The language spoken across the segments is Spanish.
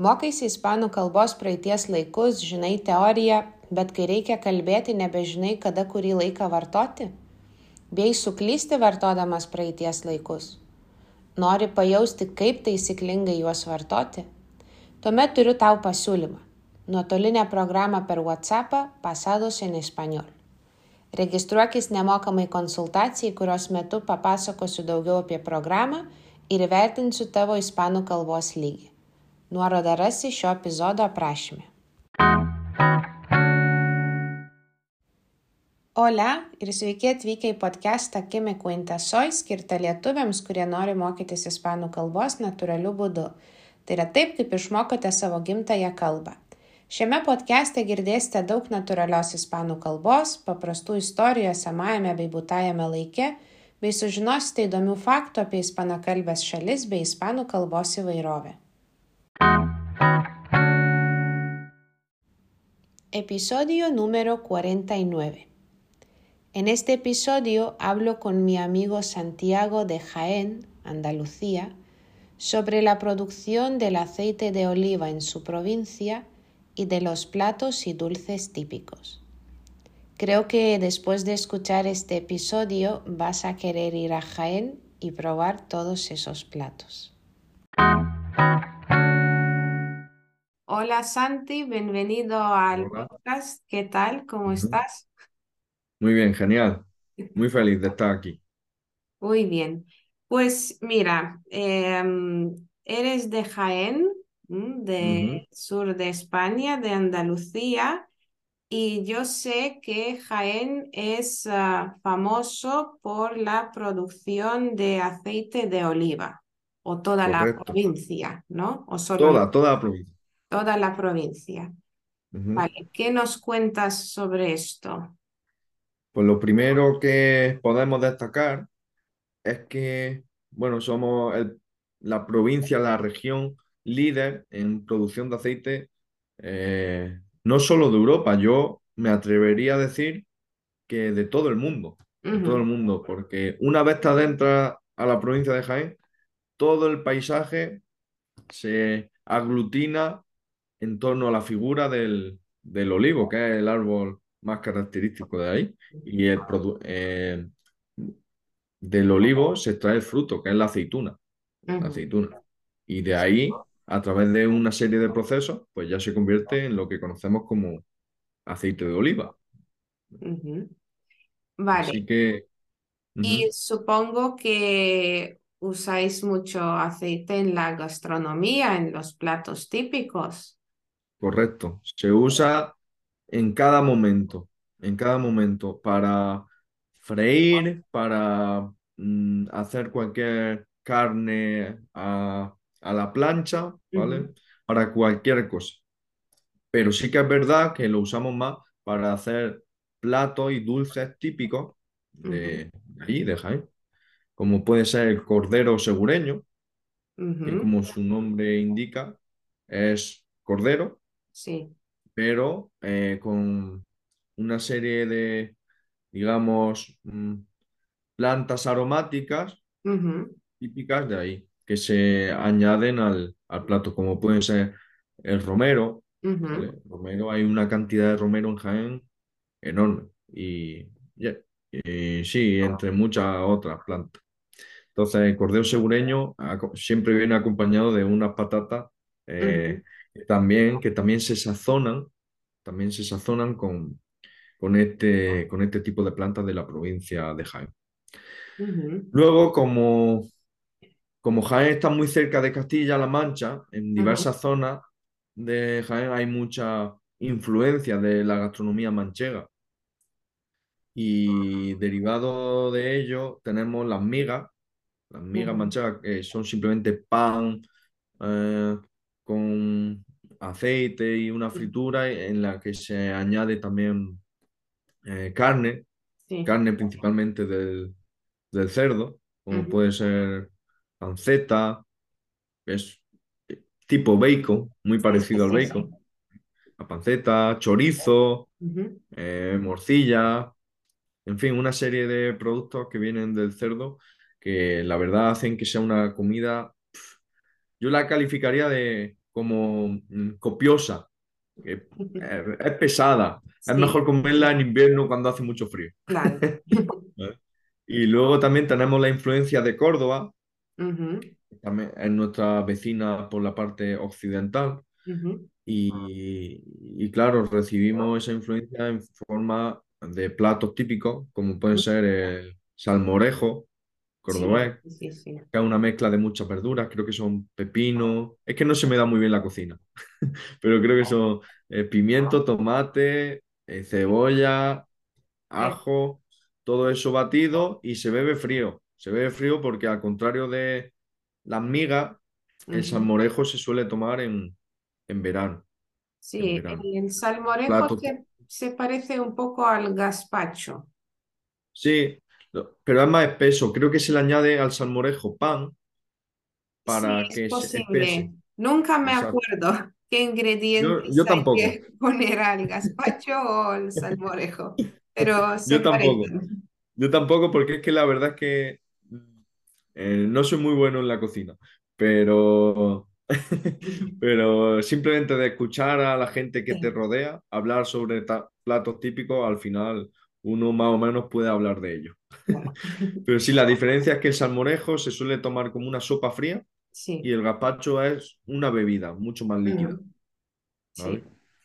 Mokaisi ispanų kalbos praeities laikus, žinai teoriją, bet kai reikia kalbėti, nebežinai, kada kurį laiką vartoti? Bei suklysti vartodamas praeities laikus? Nori pajausti, kaip taisyklingai juos vartoti? Tuomet turiu tau pasiūlymą. Nuotolinę programą per WhatsAppą Pasados en Español. Registruokis nemokamai konsultacijai, kurios metu papasakosiu daugiau apie programą ir įvertinsiu tavo ispanų kalbos lygį. Nuorodą rasi šio epizodo aprašyme. Hola ir sveiki atvykę į podcastą ¿Qué me cuentas hoy? Skirtą lietuviams, kurie nori mokytis ispanų kalbos natūraliu būdu. Tai yra taip, kaip išmokote savo gimtąją kalbą. Šiame podcaste girdėsite daug natūralios ispanų kalbos, paprastų istorijų esamajame bei būtajame laike, bei sužinosite įdomių faktų apie ispanakalbės šalis bei ispanų kalbos įvairovę. Episodio número 49. En este episodio hablo con mi amigo Santiago de Jaén, Andalucía, sobre la producción del aceite de oliva en su provincia y de los platos y dulces típicos. Creo que después de escuchar este episodio vas a querer ir a Jaén y probar todos esos platos. Hola Santi, bienvenido al Hola. podcast. ¿Qué tal? ¿Cómo Ujú. estás? Muy bien, genial. Muy feliz de estar aquí. Muy bien. Pues mira, eres de Jaén, del Ujú. sur de España, de Andalucía, y yo sé que Jaén es famoso por la producción de aceite de oliva, o toda la Correcto. provincia, ¿no? O solo Toda la provincia. toda la provincia. Ujú. Vale, ¿qué nos cuentas sobre esto? Pues lo primero que podemos destacar es que, bueno, somos la provincia, la región líder en producción de aceite, no solo de Europa, yo me atrevería a decir que de todo el Ujú, mundo, porque una vez te adentras a la provincia de Jaén, todo el paisaje se aglutina en torno a la figura del olivo, que es el árbol más característico de ahí. Y del olivo se extrae el fruto, que es la aceituna. La ujú, aceituna. Y de ahí, a través de una serie de procesos, pues ya se convierte en lo que conocemos como aceite de oliva. ujú. Así Vale. que, Y ujú, supongo que usáis mucho aceite en la gastronomía, en los platos típicos. correcto. Se usa en cada momento, para freír, para hacer cualquier carne a la plancha, Ujú, ¿vale? Para cualquier cosa. Pero sí que es verdad que lo usamos más para hacer platos y dulces típicos ujú, de allí, de Jaén, como puede ser el cordero segureño, que ujú. como su nombre indica, es cordero Sí. pero con una serie de, digamos, plantas aromáticas Ujú, típicas de ahí, que se añaden al plato, como pueden ser el romero, ujú, ¿vale? Romero, hay una cantidad de romero en Jaén enorme. Ya, y sí, entre muchas otras plantas. Entonces, el cordero segureño siempre viene acompañado de unas patatas ujú, que también se sazonan con este tipo de plantas de la provincia de Jaén. ujú, Luego, como Jaén está muy cerca de Castilla-La Mancha, en ujú, diversas zonas de Jaén hay mucha influencia de la gastronomía manchega. Y derivado de ello tenemos las migas ujú, manchegas, que son simplemente pan eh, con aceite y una ujú. fritura en la que se añade también carne, Sí. carne principalmente del cerdo, como Ujú. puede ser panceta, que es tipo bacon, muy Sí, sí, parecido al sí, sí. bacon, la panceta, chorizo, Ujú, morcilla, en fin, una serie de productos que vienen del cerdo que la verdad hacen que sea una comida, yo la calificaría como copiosa, es pesada. Es Sí, mejor comerla en invierno cuando hace mucho frío. claro. ¿Vale? Y luego también tenemos la influencia de Córdoba, Ujú, que también es nuestra vecina por la parte occidental. ujú. Y claro, recibimos esa influencia en forma de platos típicos, como pueden ser el salmorejo Sí, cordobés, sí, sí. que es una mezcla de muchas verduras, creo que son pepino, es que no se me da muy bien la cocina, pero creo que son pimiento, tomate, cebolla, Sí. ajo, todo eso batido y se bebe frío. Se bebe frío porque al contrario de las migas, el Ujú. salmorejo se suele tomar en verano, en Sí, verano. el salmorejo Plato, se parece un poco al gazpacho. sí, pero es más espeso. Creo que se le añade al salmorejo pan Sí, para es que se posible. espese. Nunca me Exacto. acuerdo qué Yo ingredientes hay tampoco, que poner al gazpacho o al salmorejo, pero se yo tampoco. parecen. Yo tampoco porque es que la verdad es que no soy muy bueno en la cocina, pero, pero simplemente de escuchar a la gente que te Sí, rodea hablar sobre platos típicos, al final uno más o menos puede hablar de ellos. claro. Pero sí, la diferencia es que el salmorejo se suele tomar como una sopa fría y Sí, el gazpacho es una bebida mucho más líquida, ujú, ¿vale? sí.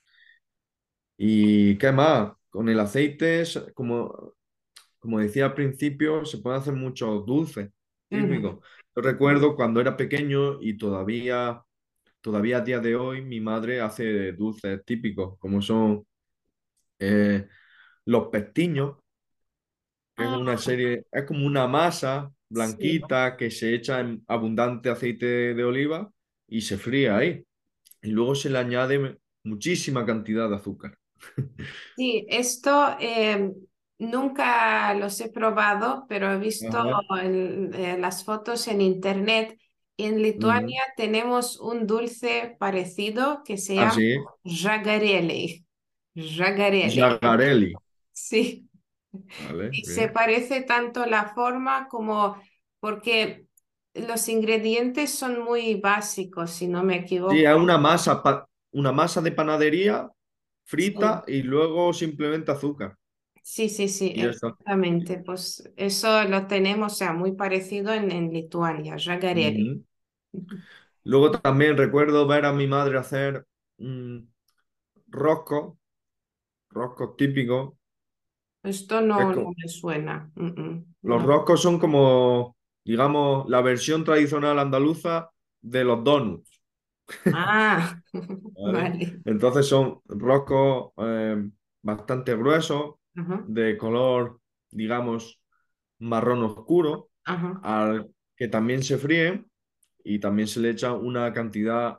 ¿Y qué más? Con el aceite, como decía al principio, se pueden hacer muchos dulces Ujú. típicos. Yo recuerdo cuando era pequeño y todavía a día de hoy mi madre hace dulces típicos, como son eh, los pestiños, que es una Ah, serie, es como una masa sí. blanquita que se echa en abundante aceite de oliva y se fríe ahí. Y luego se le añade muchísima cantidad de azúcar. Sí, esto nunca los he probado, pero he visto Ajá. las fotos en internet. En Ujú. Lituania tenemos un dulce parecido que se llama Así, jagarele. Jagarele. Jagarelli. Sí, Vale, y se bien. parece tanto la forma como porque los ingredientes son muy básicos, si no me Sí, equivoco. es una masa de panadería Sí. frita y luego simplemente azúcar. Sí, sí, sí, Y ya está. exactamente. Pues eso lo tenemos, o sea, muy parecido en Lituania, Jagarelli. Ujú. Luego también recuerdo ver a mi madre hacer mm, roscos, roscos típicos. Esto Que es no me suena. los No. roscos son como, digamos, la versión tradicional andaluza de los donuts, Ah, ¿vale? vale. Entonces son roscos bastante gruesos, Ajá, de color, digamos, marrón oscuro, ajá. al que también se fríen y también se le echa una cantidad,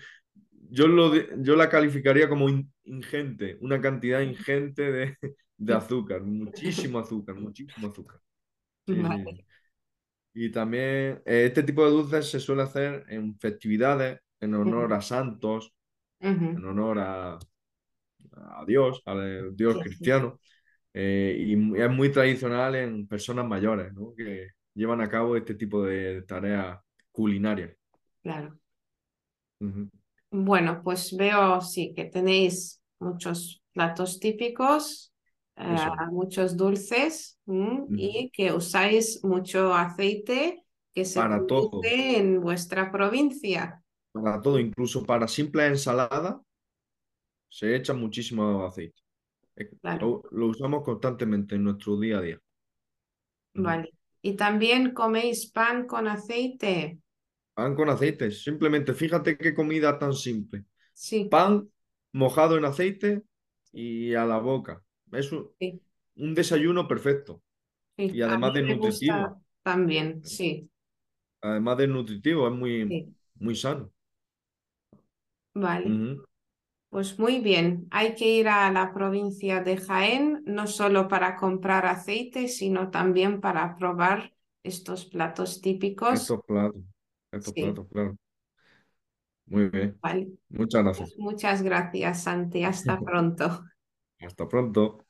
yo la calificaría como ingente, una cantidad ingente de azúcar, muchísimo azúcar, muchísimo azúcar. Sí, sí, Vale. sí. Y también este tipo de dulces se suele hacer en festividades, en honor Ujú, a santos, ujú. en honor a Dios, al Dios Sí, sí, cristiano. Y es muy tradicional en personas mayores, ¿no? Que llevan a cabo este tipo de tareas culinarias. claro. Ujú. Bueno, pues veo, sí, que tenéis muchos platos típicos, Eso es. muchos dulces, Ujú. y que usáis mucho aceite que se Para todo, produce en vuestra provincia. para todo, incluso para simple ensalada, se echa muchísimo aceite. Claro, Lo usamos constantemente en nuestro día a día. Ujú. vale. ¿Y también coméis pan con aceite? Pan con aceite, simplemente fíjate qué comida tan simple. Sí, Pan mojado en aceite y a la boca. Es sí, un desayuno perfecto sí. y A mí además de me nutritivo. gusta también, sí, Además de nutritivo, es muy, sí. muy sano. Vale. Ujú. Pues muy bien, hay que ir a la provincia de Jaén, no solo para comprar aceite, sino también para probar estos platos típicos. Estos platos, estos Sí, platos, claro. Muy bien. vale. Muchas gracias. Pues muchas gracias, Santi. Hasta pronto. Hasta pronto.